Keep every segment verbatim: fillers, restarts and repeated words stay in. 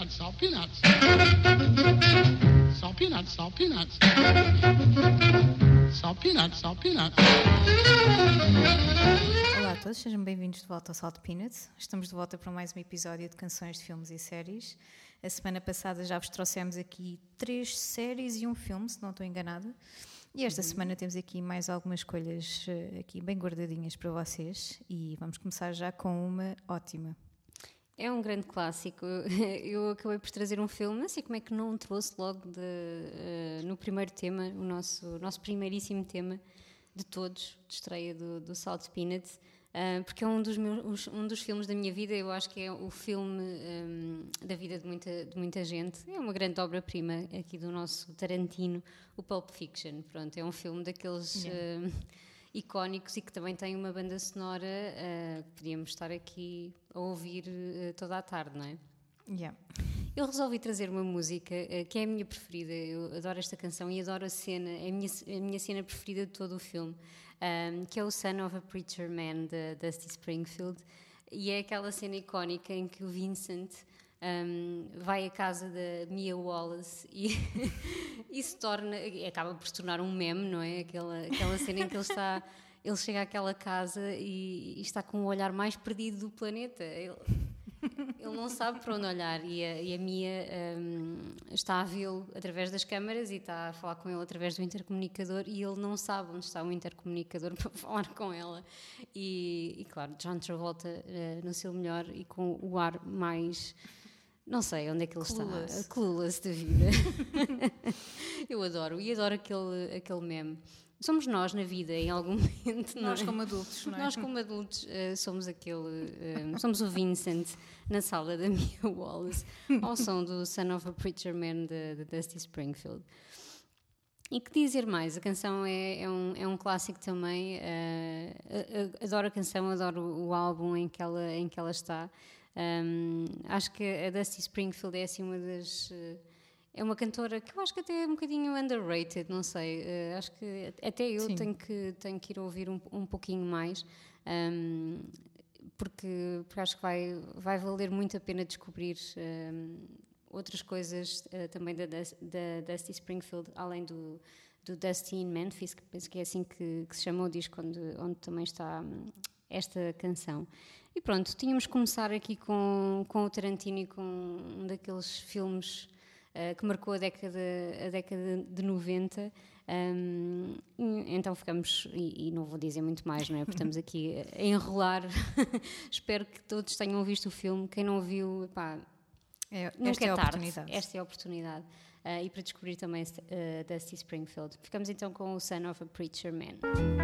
peanuts, salt peanuts. Salt peanuts, salt peanuts. Salt peanuts, salt peanuts. Olá a todos, sejam bem-vindos de volta ao Salt Peanuts. Estamos de volta para mais um episódio de canções de filmes e séries. A semana passada já vos trouxemos aqui três séries e um filme, se não estou enganada. E esta uhum. semana temos aqui mais algumas escolhas aqui bem guardadinhas para vocês. E vamos começar já com uma ótima. É um grande clássico. Eu acabei por trazer um filme, não sei como é que não trouxe logo de, uh, no primeiro tema, o nosso, o nosso primeiríssimo tema de todos, de estreia do, do Salt Peanuts, uh, porque é um dos, meus, um dos filmes da minha vida. Eu acho que é o filme um, da vida de muita, de muita gente. É uma grande obra-prima aqui do nosso Tarantino, o Pulp Fiction. Pronto, é um filme daqueles... Yeah. Uh, icónicos e que também tem uma banda sonora uh, que podíamos estar aqui a ouvir uh, toda a tarde, não é? Yeah. Eu resolvi trazer uma música uh, que é a minha preferida. Eu adoro esta canção e adoro a cena, é a minha, a minha cena preferida de todo o filme, um, que é o Son of a Preacher Man, de Dusty Springfield, e é aquela cena icónica em que o Vincent Um, vai à casa da Mia Wallace e, e se torna, acaba por se tornar um meme, não é? Aquela, aquela cena em que ele está, ele chega àquela casa e, e está com o olhar mais perdido do planeta. Ele, ele não sabe para onde olhar e a, e a Mia um, está a vê-lo através das câmaras e está a falar com ele através do intercomunicador e ele não sabe onde está o intercomunicador para falar com ela. E, e claro, John Travolta uh, no seu melhor e com o ar mais... Não sei onde é que ele clueless. está. Clueless da vida. Eu adoro. E adoro aquele, aquele meme. Somos nós na vida, em algum momento. Nós não é? como adultos, não é? Nós como adultos uh, somos aquele... Uh, somos o Vincent na sala da Mia Wallace, ao som do Son of a Preacher Man de, de Dusty Springfield. E que dizer mais? A canção é, é, um, é um clássico também. Uh, adoro a canção, adoro o álbum em que ela, em que ela está. Um, acho que a Dusty Springfield é assim uma das... Uh, é uma cantora que eu acho que até é um bocadinho underrated, não sei. Uh, acho que até eu tenho que, tenho que ir ouvir um, um pouquinho mais, um, porque, porque acho que vai, vai valer muito a pena descobrir um, outras coisas uh, também da, da Dusty Springfield, além do, do Dusty in Memphis, que penso que é assim que, que se chama o disco onde, onde também está um, esta canção. E pronto, tínhamos que começar aqui com, com o Tarantino e com um daqueles filmes uh, que marcou a década, a década de noventa. Um, então ficamos, e, e não vou dizer muito mais, não é? Porque estamos aqui a enrolar. Espero que todos tenham visto o filme. Quem não viu, pá, é, nunca esta é, é a tarde. oportunidade. Esta é a oportunidade. Uh, e para descobrir também uh, Dusty Springfield. Ficamos então com o Son of a Preacher Man.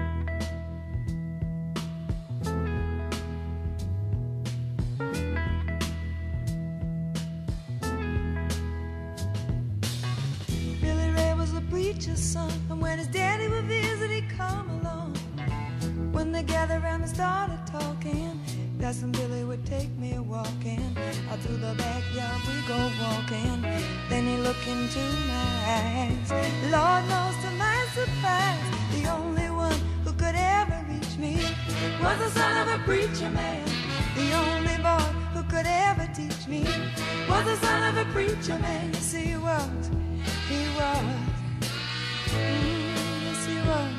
Preacher's son, and when his daddy would visit, he'd come along. When they gathered around and started talking, Cousin Billy would take me walking. Out through the backyard we go walking. Then he looked into my eyes. Lord knows to my surprise, the only one who could ever reach me was the son of a preacher man. The only boy who could ever teach me was the son of a preacher man. Yes, he was, he was. Mm, yes, he was.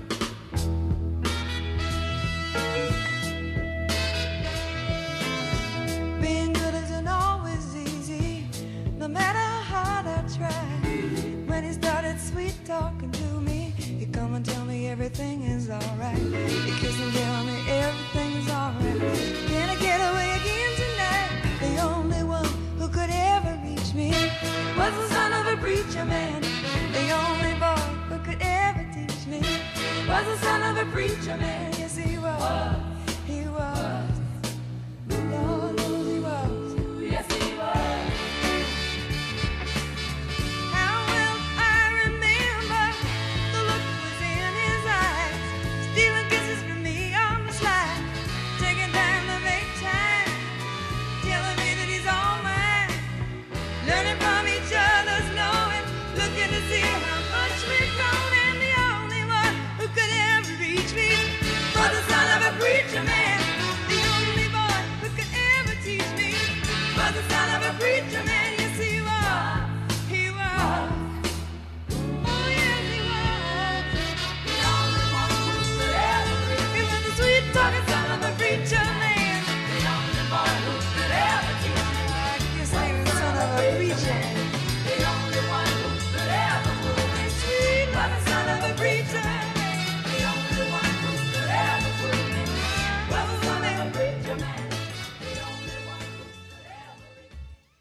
Being good isn't always easy, no matter how hard I try. When he started sweet talking to me, he'd come and tell me everything is alright. He'd kiss and tell me everything is alright. Can I get away again tonight? The only one who could ever reach me was the son of a preacher man. The only boy who could ever teach me was the son of a preacher man. Yes, he was. He was. Lord knows he was. Yes, he was. How well I remember the look was in his eyes, stealing kisses from me on the slide, taking time to make time, telling me that he's all mine, learning from each other's knowing, looking to see how much we've grown, and the only one who could ever reach me was the son of a preacher man. The only boy who could ever teach me was the son of a preacher man.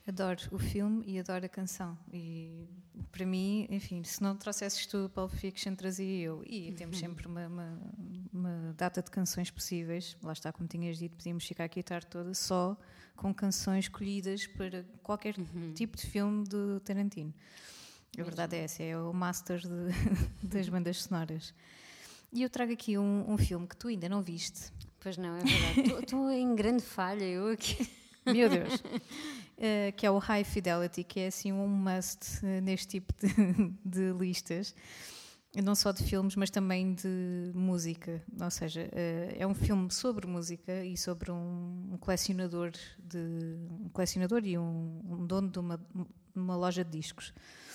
Adoro o filme e adoro a canção. E para mim, enfim, se não trouxesses tu Pulp Fiction, trazia eu. E temos sempre uma, uma, uma data de canções possíveis. Lá está, como tinhas dito, podíamos ficar aqui a tarde toda só com canções escolhidas para qualquer uhum. tipo de filme do Tarantino. A verdade é essa, é o master de, das bandas sonoras. E eu trago aqui um, um filme que tu ainda não viste. Pois não, é verdade. Estou em grande falha, eu aqui... Meu Deus. Uh, que é o High Fidelity, que é assim um must uh, neste tipo de, de listas, não só de filmes, mas também de música. Ou seja, uh, é um filme sobre música e sobre um, um colecionador de um colecionador e um, um dono de uma, uma loja de discos.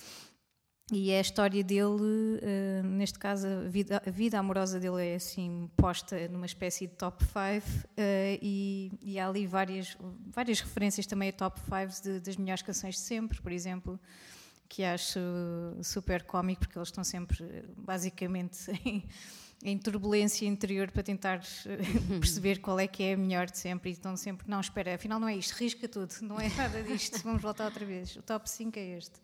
E é a história dele, uh, neste caso, a vida, a vida amorosa dele é assim posta numa espécie de top cinco uh, e, e há ali várias, várias referências também a top cinco de, das melhores canções de sempre, por exemplo, que acho super cómico, porque eles estão sempre, basicamente, em, em turbulência interior para tentar perceber qual é que é a melhor de sempre e estão sempre, não, espera, afinal não é isto, risca tudo, não é nada disto, vamos voltar outra vez, o top cinco é este.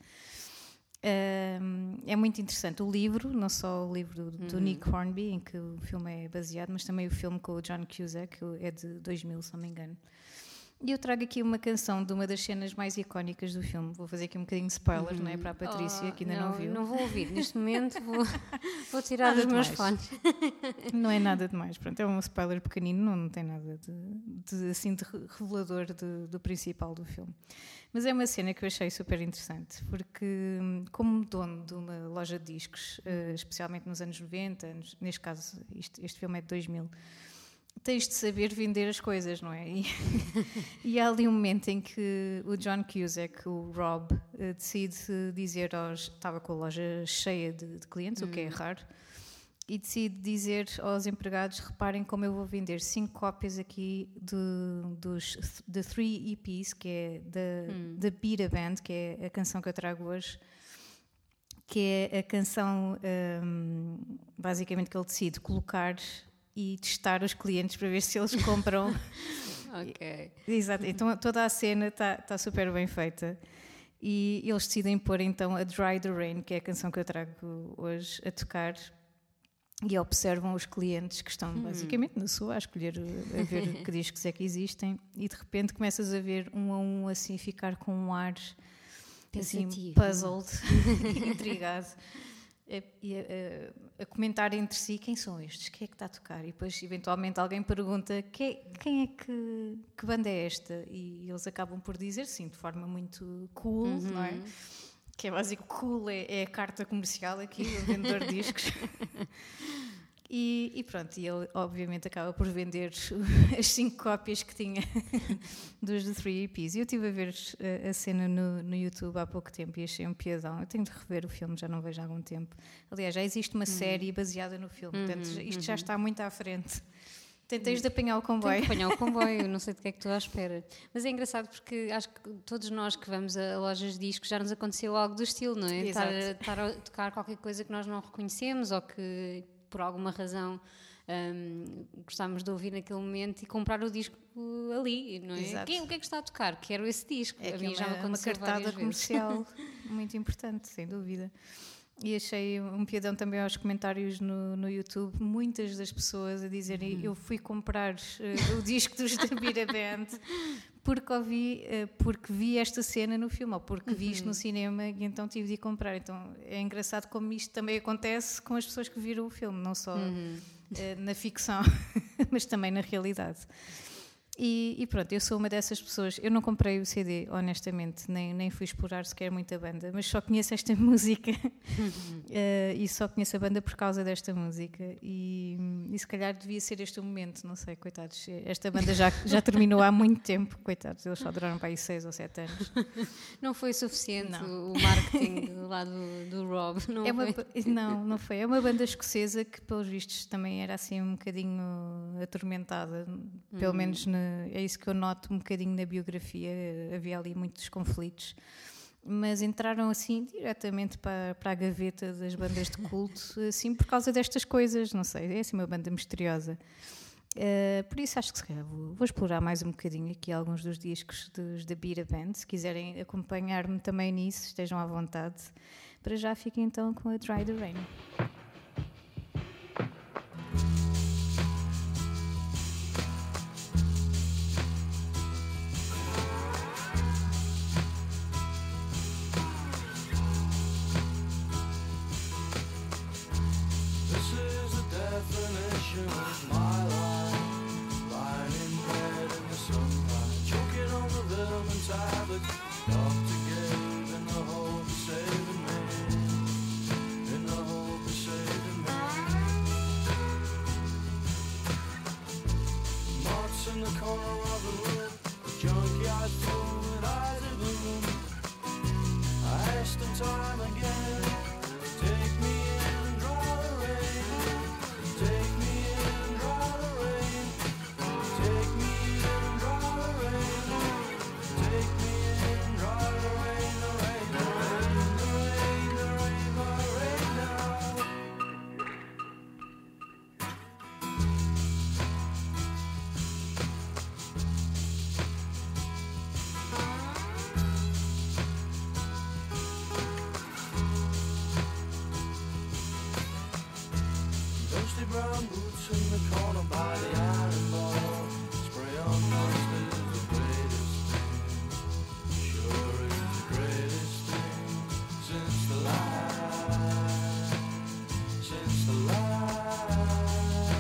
Um, é muito interessante o livro, não só o livro do, do uhum. Nick Hornby, em que o filme é baseado, mas também o filme com o John Cusack, que é de dois mil, se não me engano. E eu trago aqui uma canção de uma das cenas mais icónicas do filme. Vou fazer aqui um bocadinho de spoiler, uhum. não é? Para a Patrícia, oh, que ainda não, não viu. Não vou ouvir, neste momento vou, vou tirar nada os meus fones. Não é nada demais, pronto, é um spoiler pequenino, não, não tem nada de, de, assim, de revelador de, do principal do filme. Mas é uma cena que eu achei super interessante, porque como dono de uma loja de discos, uh, especialmente nos anos noventa, anos, neste caso isto, este filme é de dois mil, tens de saber vender as coisas, não é? E, e há ali um momento em que o John Cusack, o Rob, uh, decide dizer aos... Estava com a loja cheia de, de clientes, hum. o que é raro, e decide dizer aos empregados, reparem como eu vou vender cinco cópias aqui de, dos The Three E Ps, que é da hum. Beat a Band, que é a canção que eu trago hoje, que é a canção um, basicamente que ele decide colocar e testar os clientes para ver se eles compram. Ok. Exato, então toda a cena está tá super bem feita. E eles decidem pôr então a Dry the Rain, que é a canção que eu trago hoje, a tocar. E observam os clientes que estão hum. basicamente na sua a escolher, a ver que discos é que existem, e de repente começas a ver um a um assim ficar com um ar assim, puzzled, intrigado, a, a, a comentar entre si quem são estes, quem é que está a tocar, e depois eventualmente alguém pergunta quem, quem é que, que banda é esta, e eles acabam por dizer sim, de forma muito cool, uhum. não é? Que é básico, cool é, é a carta comercial aqui, o vendedor de discos. E, e pronto, e ele obviamente acaba por vender as cinco cópias que tinha dos The Three E Ps. E eu estive a ver a, a cena no, no YouTube há pouco tempo e achei um piadão. Eu tenho de rever o filme, já não vejo há algum tempo. Aliás, já existe uma uhum. série baseada no filme, uhum, portanto isto uhum. já está muito à frente. Tens de apanhar o comboio. Tenho de apanhar o comboio, não sei do que é que estou à espera. Mas é engraçado porque acho que todos nós que vamos a lojas de discos já nos aconteceu algo do estilo, não é? Estar, estar a tocar qualquer coisa que nós não reconhecemos ou que por alguma razão um, gostámos de ouvir naquele momento e comprar o disco ali, não é? Quem, o que é que está a tocar? Quero esse disco. É a que mim é já me uma, aconteceu uma cartada comercial muito importante, sem dúvida. E achei um piadão também aos comentários no, no YouTube, muitas das pessoas a dizerem uhum. eu fui comprar uh, o disco dos The Beat a Band porque, ouvi, uh, porque vi esta cena no filme, ou porque vi isto no cinema e então tive de ir comprar. Então é engraçado como isto também acontece com as pessoas que viram o filme, não só uhum. uh, na ficção, mas também na realidade. E, e pronto, eu sou uma dessas pessoas. Eu não comprei o C D, honestamente, nem, nem fui explorar sequer muita banda, mas só conheço esta música uhum. uh, e só conheço a banda por causa desta música. E, e se calhar devia ser este o momento, não sei, coitados. Esta banda já, já terminou há muito tempo, coitados, eles só duraram para aí seis ou sete anos. Não foi suficiente não. O marketing lá do, do Rob, não é foi? Uma, não, não foi. É uma banda escocesa que, pelos vistos, também era assim um bocadinho atormentada, pelo uhum. menos na. É isso que eu noto um bocadinho na biografia, havia ali muitos conflitos, mas entraram assim diretamente para, para a gaveta das bandas de culto, assim por causa destas coisas, não sei, é assim uma banda misteriosa. Uh, por isso acho que se calhar vou, vou explorar mais um bocadinho aqui alguns dos discos dos, da Beat Band. Se quiserem acompanhar-me também nisso, estejam à vontade. Para já fiquem então com a Dry the Rain. Brown boots in the corner by the iron bar. Spray on dust is the greatest thing. Sure is the greatest thing since the light, since the light.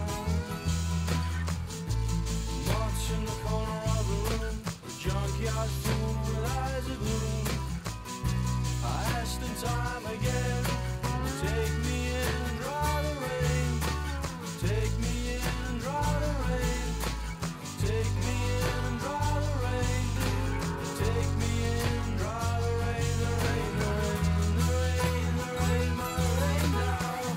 March in the corner of the room, the junkyard fool with eyes of gloom. I asked him time again, take me in and dry the rain. Take me in and dry the rain. Take me in and dry the rain. Take me in and dry the rain. The rain, the rain, the rain, the rain, my rain now.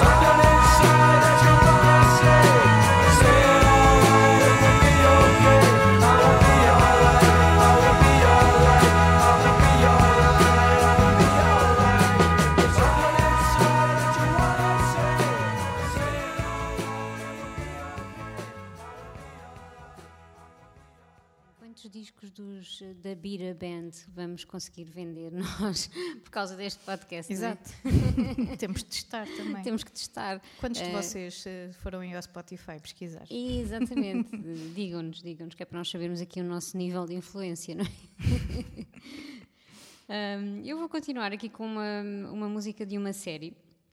something inside that you wanna say. Say alright, it will be okay. I will be alright, I will be alright, I will be alright, I will be alright. There's something inside that you wanna say. Say alright, it will be okay. Quantos discos dos, da Bira Band vamos conseguir vender nós por causa deste podcast? Exato. Temos de testar também. Não é? Temos que testar. Quantos de Eh, vocês eh, foram aí ao Spotify pesquisar? Exatamente. Digam-nos, digam-nos, que é para nós sabermos aqui o nosso nível de influência, não é? Um, eu vou continuar aqui com uma, uma música de uma série.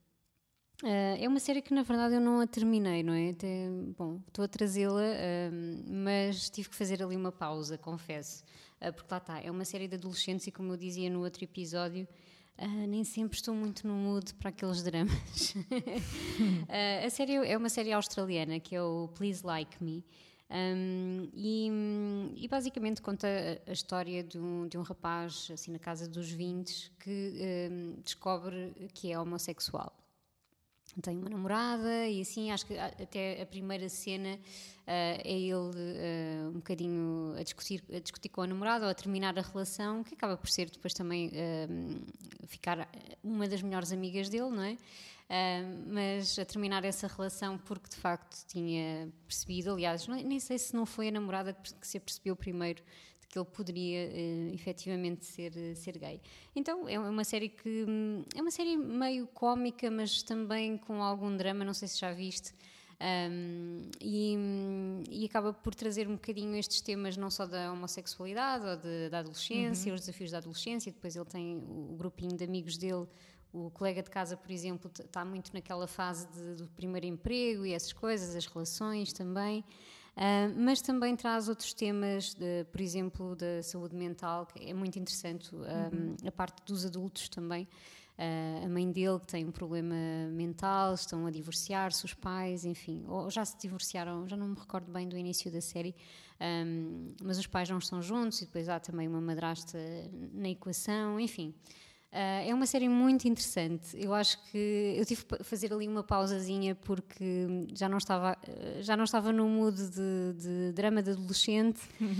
Uh, é uma série que na verdade eu não a terminei, não é? Até, bom, estou a trazê-la, um, mas tive que fazer ali uma pausa, confesso. Uh, porque lá está, é uma série de adolescentes e, como eu dizia no outro episódio, uh, nem sempre estou muito no mood para aqueles dramas. uh, a série é uma série australiana que é o Please Like Me. Um, e, e basicamente conta a, a história de um, de um rapaz assim na casa dos vinte que um, descobre que é homossexual. Tem uma namorada e assim, acho que até a primeira cena uh, é ele uh, um bocadinho a discutir, a discutir com a namorada ou a terminar a relação, que acaba por ser depois também uh, ficar uma das melhores amigas dele, não é? Uh, mas a terminar essa relação porque de facto tinha percebido, aliás, não, nem sei se não foi a namorada que se apercebeu primeiro de que ele poderia uh, efetivamente ser, uh, ser gay. Então é uma série que um, é uma série meio cómica, mas também com algum drama, não sei se já viste. Um, e, e acaba por trazer um bocadinho estes temas não só da homossexualidade ou de, da adolescência, uhum. os desafios da adolescência. Depois ele tem o, o grupinho de amigos dele. O colega de casa, por exemplo, está muito naquela fase de, do primeiro emprego e essas coisas, as relações também, uh, mas também traz outros temas, de, por exemplo, da saúde mental, que é muito interessante, um, uhum. a parte dos adultos também. Uh, a mãe dele que tem um problema mental, estão a divorciar-se, os pais, enfim, ou já se divorciaram, já não me recordo bem do início da série, um, mas os pais não estão juntos e depois há também uma madrasta na equação, enfim. Uh, é uma série muito interessante. Eu acho que eu tive que fazer ali uma pausazinha porque já não estava, já não estava no mood de, de drama de adolescente.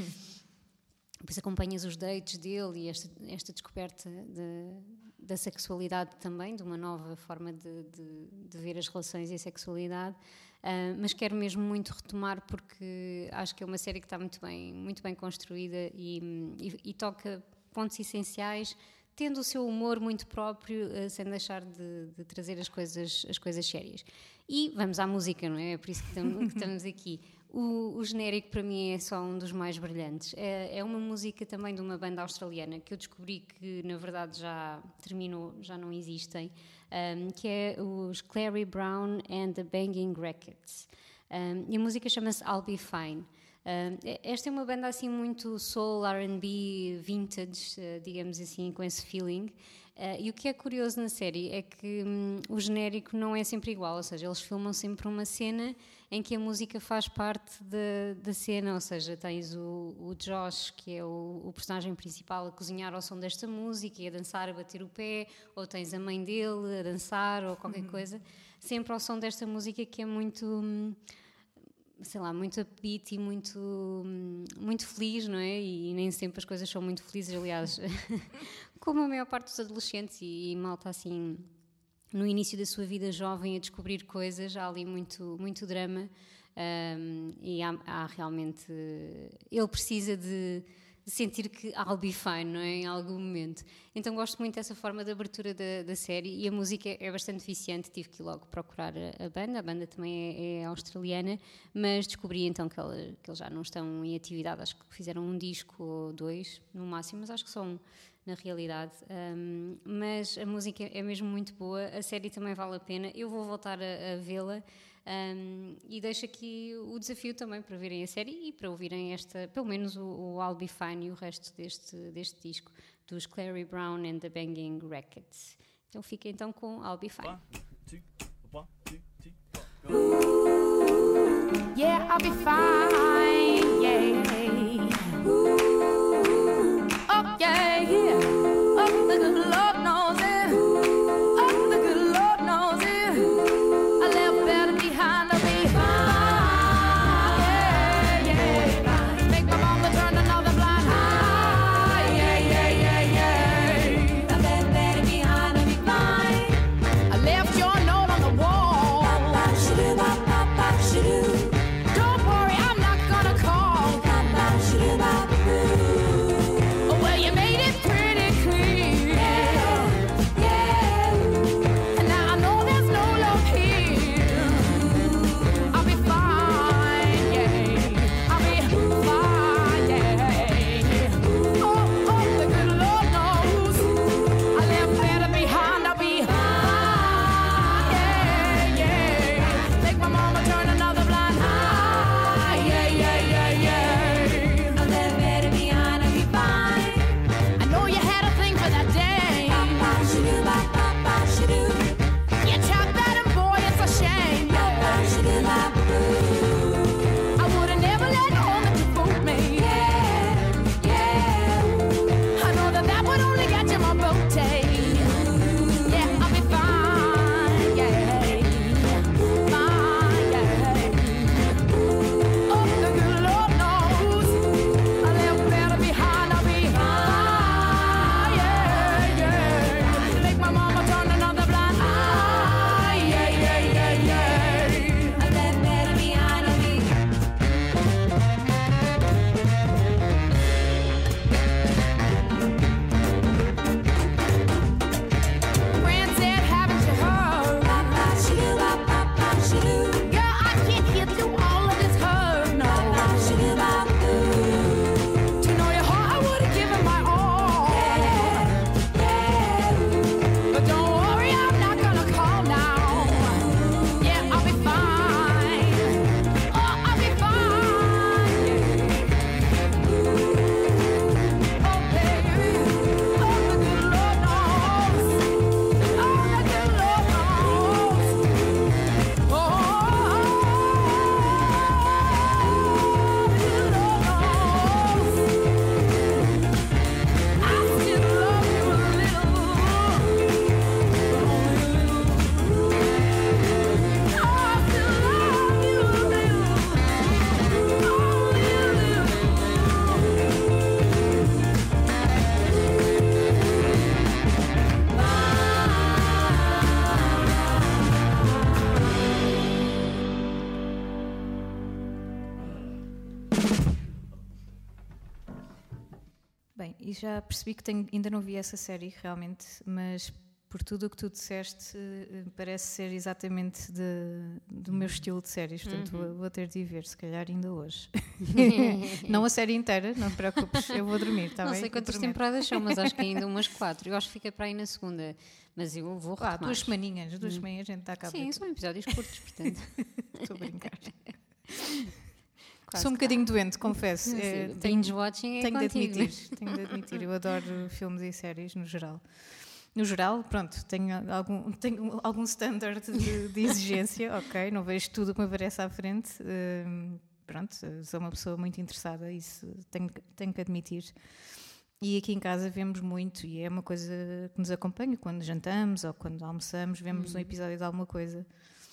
Depois acompanhas os dates dele e esta, esta descoberta de, da sexualidade também, de uma nova forma de, de, de ver as relações e a sexualidade. Uh, mas quero mesmo muito retomar porque acho que é uma série que está muito bem, muito bem construída e, e, e toca pontos essenciais, tendo o seu humor muito próprio, uh, sem deixar de, de trazer as coisas, as coisas sérias. E vamos à música, não é? É por isso que estamos, que estamos aqui. O, o genérico para mim é só um dos mais brilhantes. É, é uma música também de uma banda australiana que eu descobri que na verdade já terminou, já não existem, um, que é os Clary Brown and the Banging Rackets. Um, e a música chama-se I'll Be Fine. Uh, esta é uma banda assim muito soul, R and B, vintage, uh, digamos assim, com esse feeling. Uh, e o que é curioso na série é que um, o genérico não é sempre igual, ou seja, eles filmam sempre uma cena em que a música faz parte da, da cena, ou seja, tens o, o Josh, que é o, o personagem principal, a cozinhar ao som desta música e a dançar, a bater o pé, ou tens a mãe dele a dançar ou qualquer uhum. coisa, sempre ao som desta música que é muito... Hum, sei lá, muito upbeat e muito, muito feliz, não é? E nem sempre as coisas são muito felizes, aliás, como a maior parte dos adolescentes e, e malta assim, no início da sua vida jovem a descobrir coisas, há ali muito, muito drama um, e há, há realmente... Ele precisa de sentir que I'll be fine, não é? Em algum momento. Então gosto muito dessa forma de abertura da, da série e a música é bastante viciante, tive que ir logo procurar a, a banda, a banda também é, é australiana, mas descobri então que, ela, que eles já não estão em atividade, acho que fizeram um disco ou dois no máximo, mas acho que só um na realidade, um, mas a música é mesmo muito boa, a série também vale a pena, eu vou voltar a, a vê-la. Um, e deixo aqui o desafio também para verem a série e para ouvirem esta, pelo menos o, o I'll Be Fine e o resto deste, deste disco dos Clary Brown and the Banging Rackets. Então fica então com I'll Be Fine. One, two, one, two, two, one. Yeah, I'll be fine, yeah. Oh, yeah, yeah. Oh, the good Lord knows it. Oh, the good Lord knows it. e já percebi que tenho, ainda não vi essa série realmente, mas por tudo o que tu disseste, uh, parece ser exatamente de, do meu estilo de séries, portanto Uhum. vou, vou ter de ir ver, se calhar ainda hoje. Não a série inteira, não te preocupes, eu vou dormir, está Não bem? sei Eu quantas prometo. temporadas são, mas acho que ainda umas quatro. Eu acho que fiquei para aí na segunda, mas eu vou Ah, retomar. duas semaninhas, duas semaninhas a gente está a cabo. Sim, são episódios curtos, portanto. Estou a brincar. Quase Sou um que bocadinho doente, confesso. Sim, Eh, binge watching é tenho de contigo. admitir, tenho de admitir, eu adoro filmes e séries no geral. No geral, pronto, tenho algum, tenho algum standard de, de exigência, ok, não vejo tudo o que me aparece à frente, hum, pronto, sou uma pessoa muito interessada, isso tenho, tenho que admitir. E aqui em casa vemos muito, e é uma coisa que nos acompanha quando jantamos ou quando almoçamos, vemos um episódio de alguma coisa.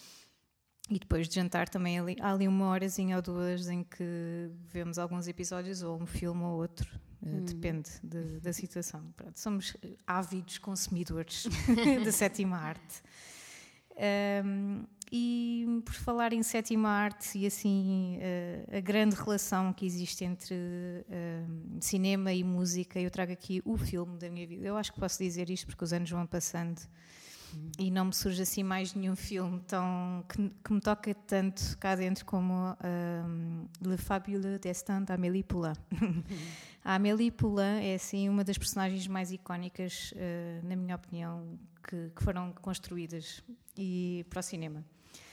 E depois de jantar também ali, há ali uma horazinha ou duas em que vemos alguns episódios ou um filme ou outro. Uh, depende de, da situação. Pronto, somos ávidos consumidores da sétima arte. Um, e por falar em sétima arte e assim uh, a grande relação que existe entre uh, cinema e música, eu trago aqui o filme da minha vida. Eu acho que posso dizer isto porque os anos vão passando e não me surge assim mais nenhum filme tão, que, que me toca tanto cá dentro como um, Le Fabuleux Destin d'Amélie Poulain. A Amélie Poulain é assim uma das personagens mais icónicas, uh, na minha opinião, que, que foram construídas e, para o cinema.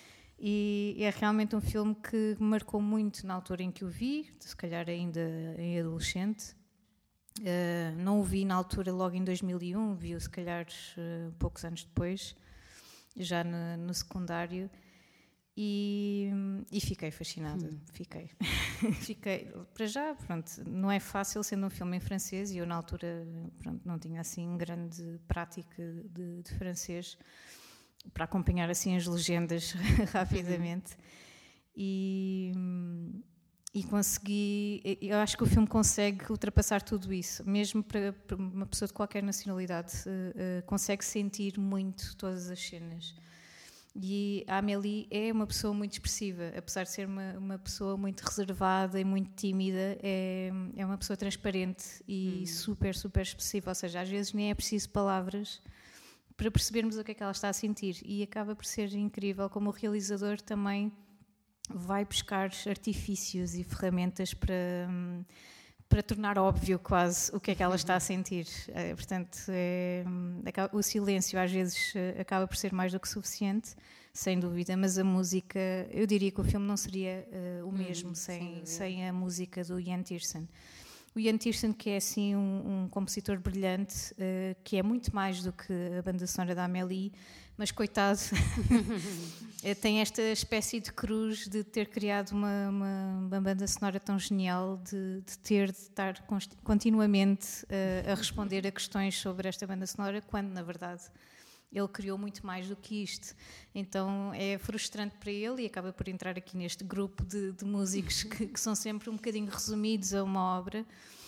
E é realmente um filme que me marcou muito na altura em que o vi, se calhar ainda em adolescente. Uh, não o vi na altura logo em dois mil e um, vi-o se calhar uh, poucos anos depois, já no, no secundário, e, e fiquei fascinada, hum. fiquei. fiquei. Para já, pronto, não é fácil sendo um filme em francês, e eu na altura pronto, não tinha assim grande prática de, de francês para acompanhar assim as legendas rapidamente, e... E consegui, eu acho que o filme consegue ultrapassar tudo isso, mesmo para, para uma pessoa de qualquer nacionalidade, uh, uh, consegue sentir muito todas as cenas. E a Amélie é uma pessoa muito expressiva, apesar de ser uma, uma pessoa muito reservada e muito tímida, é, é uma pessoa transparente e hum. super, super expressiva, ou seja, às vezes nem é preciso palavras para percebermos o que é que ela está a sentir, e acaba por ser incrível como o realizador também vai buscar artifícios e ferramentas para, para tornar óbvio quase o que é que ela está a sentir. É, portanto, é, o silêncio às vezes acaba por ser mais do que suficiente, sem dúvida, mas a música, eu diria que o filme não seria uh, o mesmo hum, sem, sem a música do Ian Tiersen. O Ian Tiersen, que é assim um, um compositor brilhante, uh, que é muito mais do que a banda sonora da Amélie, mas coitado, tem esta espécie de cruz de ter criado uma, uma, uma banda sonora tão genial, de, de ter de estar continuamente uh, a responder a questões sobre esta banda sonora, quando na verdade ele criou muito mais do que isto. Então é frustrante para ele e acaba por entrar aqui neste grupo de, de músicos que, que são sempre um bocadinho resumidos a uma obra,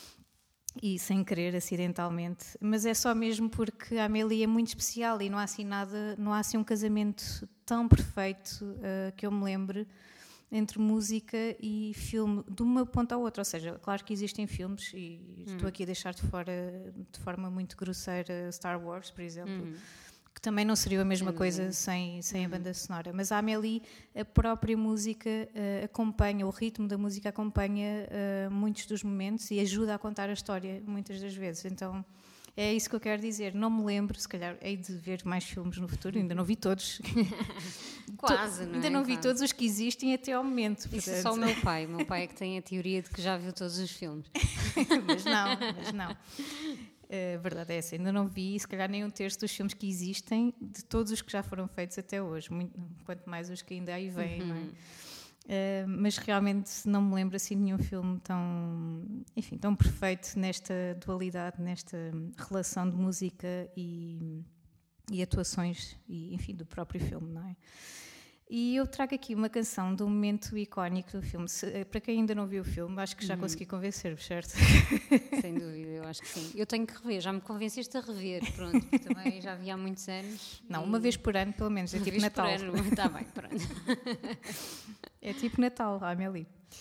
e sem querer, acidentalmente, mas é só mesmo porque a Amélie é muito especial e não há assim nada, não há assim um casamento tão perfeito uh, que eu me lembre entre música e filme de uma ponta à outra. Ou seja, claro que existem filmes, e hum. estou aqui a deixar de fora de forma muito grosseira Star Wars, por exemplo, hum. que também não seria a mesma coisa sem, sem hum. a banda sonora, mas a Amélie, a própria música uh, acompanha, o ritmo da música acompanha uh, muitos dos momentos e ajuda a contar a história muitas das vezes. Então é isso que eu quero dizer. Não me lembro, se calhar hei de ver mais filmes no futuro, ainda não vi todos. Quase, não é? Ainda não vi Quase. todos os que existem até ao momento. Isso é só o meu pai. O meu pai é que tem a teoria de que já viu todos os filmes. Mas não, mas não. A verdade é essa, ainda não vi, se calhar, nem um terço dos filmes que existem, de todos os que já foram feitos até hoje, muito, quanto mais os que ainda aí vêm, uhum. não é? Uh, mas realmente não me lembro assim de nenhum filme tão, enfim, tão perfeito nesta dualidade, nesta relação de música e, e atuações, e, enfim, do próprio filme, não é? E eu trago aqui uma canção de um momento icónico do filme. Se, para quem ainda não viu o filme, acho que já uhum. consegui convencer-vos, certo? Sem dúvida, eu acho que sim. Eu tenho que rever, já me convenceste a rever, pronto, porque também já vi há muitos anos. Não, e... uma vez por ano, pelo menos, é uma tipo vez Natal. Por ano, está bem, pronto. É tipo Natal, a Amélie.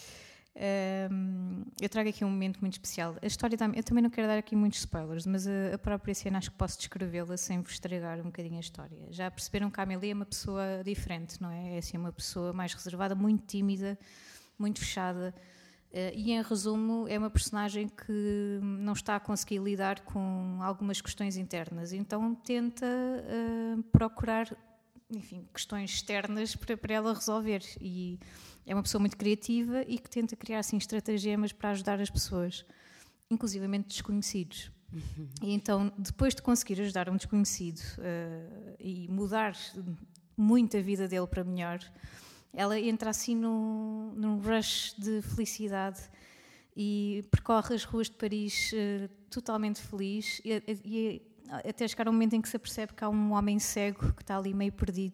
Um, eu trago aqui um momento muito especial. A história da, eu também não quero dar aqui muitos spoilers, mas a, a própria cena acho que posso descrevê-la sem vos estragar um bocadinho a história. Já perceberam que a Amélie é uma pessoa diferente, não é? É assim uma pessoa mais reservada, muito tímida, muito fechada, uh, e em resumo é uma personagem que não está a conseguir lidar com algumas questões internas, então tenta uh, procurar, enfim, questões externas para, para ela resolver, e é uma pessoa muito criativa e que tenta criar assim estratagemas para ajudar as pessoas, inclusivamente desconhecidos. Uhum. E então, depois de conseguir ajudar um desconhecido uh, e mudar muito a vida dele para melhor, ela entra assim num, num rush de felicidade e percorre as ruas de Paris uh, totalmente feliz, e, e até chegar ao momento em que se apercebe que há um homem cego que está ali meio perdido,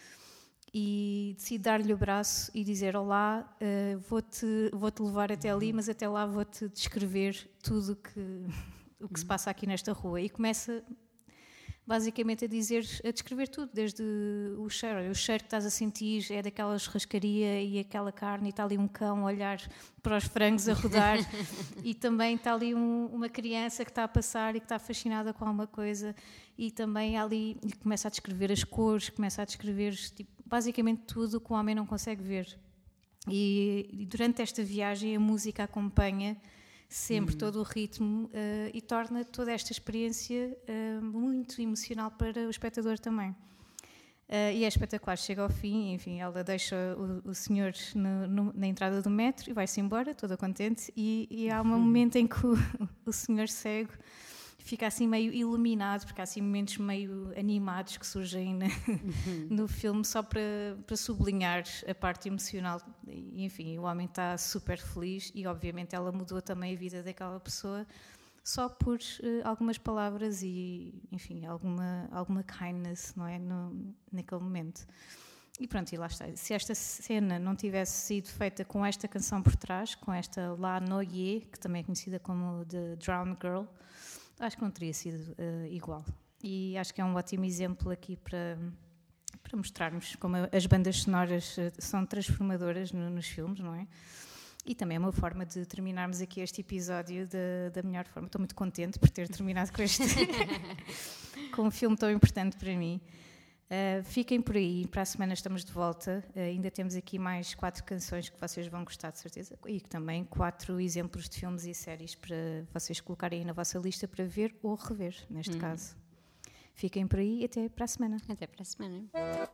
e decide dar-lhe o braço e dizer: olá, uh, vou-te, vou-te levar até ali, mas até lá vou-te descrever tudo que, o que se passa aqui nesta rua. E começa basicamente a dizer, a descrever tudo, desde o cheiro. O cheiro que estás a sentir é daquela churrascaria e aquela carne, e está ali um cão a olhar para os frangos a rodar e também está ali um, uma criança que está a passar e que está fascinada com alguma coisa, e também ali e começa a descrever as cores, começa a descrever tipo, basicamente tudo o que o homem não consegue ver. E, e durante esta viagem a música acompanha sempre uhum. todo o ritmo uh, e torna toda esta experiência uh, muito emocional para o espectador também. Uh, e é espetacular, chega ao fim, enfim, ela deixa o, o senhor no, no, na entrada do metro e vai-se embora, toda contente, e, e há um momento em que o, o senhor cego fica assim meio iluminado, porque há assim momentos meio animados que surgem na, uhum. no filme, só para, para sublinhar a parte emocional. E, enfim, o homem está super feliz e obviamente ela mudou também a vida daquela pessoa só por uh, algumas palavras e, enfim, alguma, alguma kindness, não é, no, naquele momento. E pronto, e lá está. Se esta cena não tivesse sido feita com esta canção por trás, com esta La Noye, que também é conhecida como The Drowned Girl, acho que não teria sido uh, igual. E acho que é um ótimo exemplo aqui para, para mostrarmos como as bandas sonoras são transformadoras no, nos filmes, não é? E também é uma forma de terminarmos aqui este episódio da, da melhor forma. Estou muito contente por ter terminado com este com um filme tão importante para mim. Uh, fiquem por aí, para a semana estamos de volta, uh, ainda temos aqui mais quatro canções que vocês vão gostar de certeza, e também quatro exemplos de filmes e séries para vocês colocarem aí na vossa lista para ver ou rever, neste hum. caso. Fiquem por aí e até para a semana. Até para a semana.